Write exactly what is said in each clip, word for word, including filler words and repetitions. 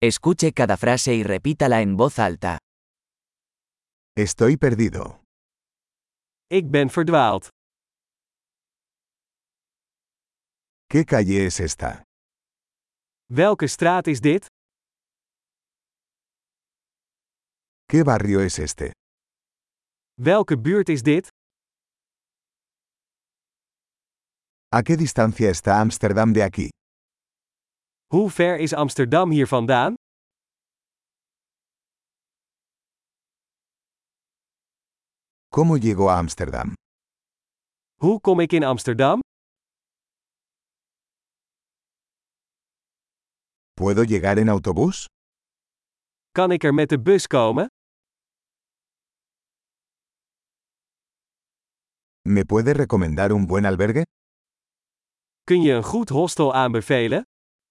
Escuche cada frase y repítala en voz alta. Estoy perdido. Ik ben verdwaald. ¿Qué calle es esta? Welke straat is dit? ¿Qué barrio es este? Welke buurt is dit? ¿A qué distancia está Ámsterdam de aquí? Hoe ver is Amsterdam hier vandaan? ¿Cómo llego a Ámsterdam? Hoe kom ik in Amsterdam? ¿Puedo llegar en autobús? Kan ik er met de bus komen? ¿Me puede recomendar un buen albergue? Kun je een goed hostel aanbevelen?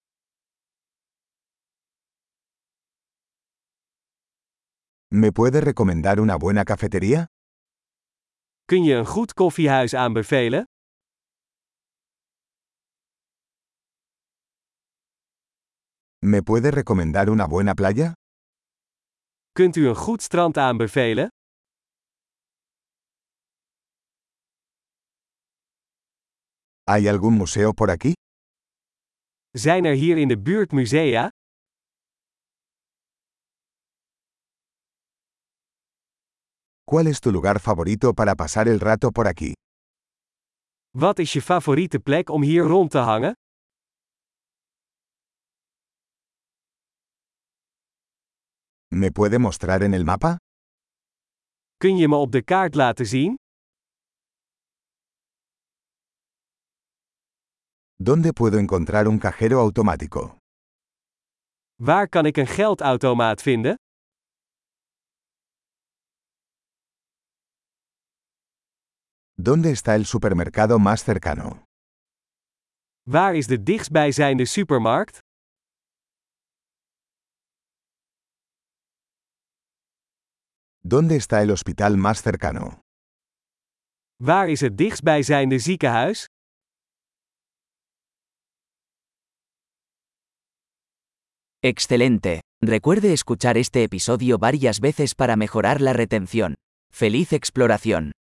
¿Me puede recomendar una buena cafetería? Kun je een goed koffiehuis aanbevelen? ¿Me puede recomendar una buena playa? Kunt u een goed strand aanbevelen? ¿Hay algún museo por aquí? Zijn er hier in de buurt musea? ¿Cuál es tu lugar favorito para pasar el rato por aquí? Wat is je favoriete plek om hier rond te hangen? ¿Me puede mostrar en el mapa? Kun je me op de kaart laten zien? ¿Dónde puedo encontrar un cajero automático? Waar kan ik een geldautomaat vinden? ¿Dónde está el supermercado más cercano? Waar is de dichtstbijzijnde supermarkt? ¿Dónde está el hospital más cercano? Waar is het dichtstbijzijnde ziekenhuis? Excelente. Recuerde escuchar este episodio varias veces para mejorar la retención. ¡Feliz exploración!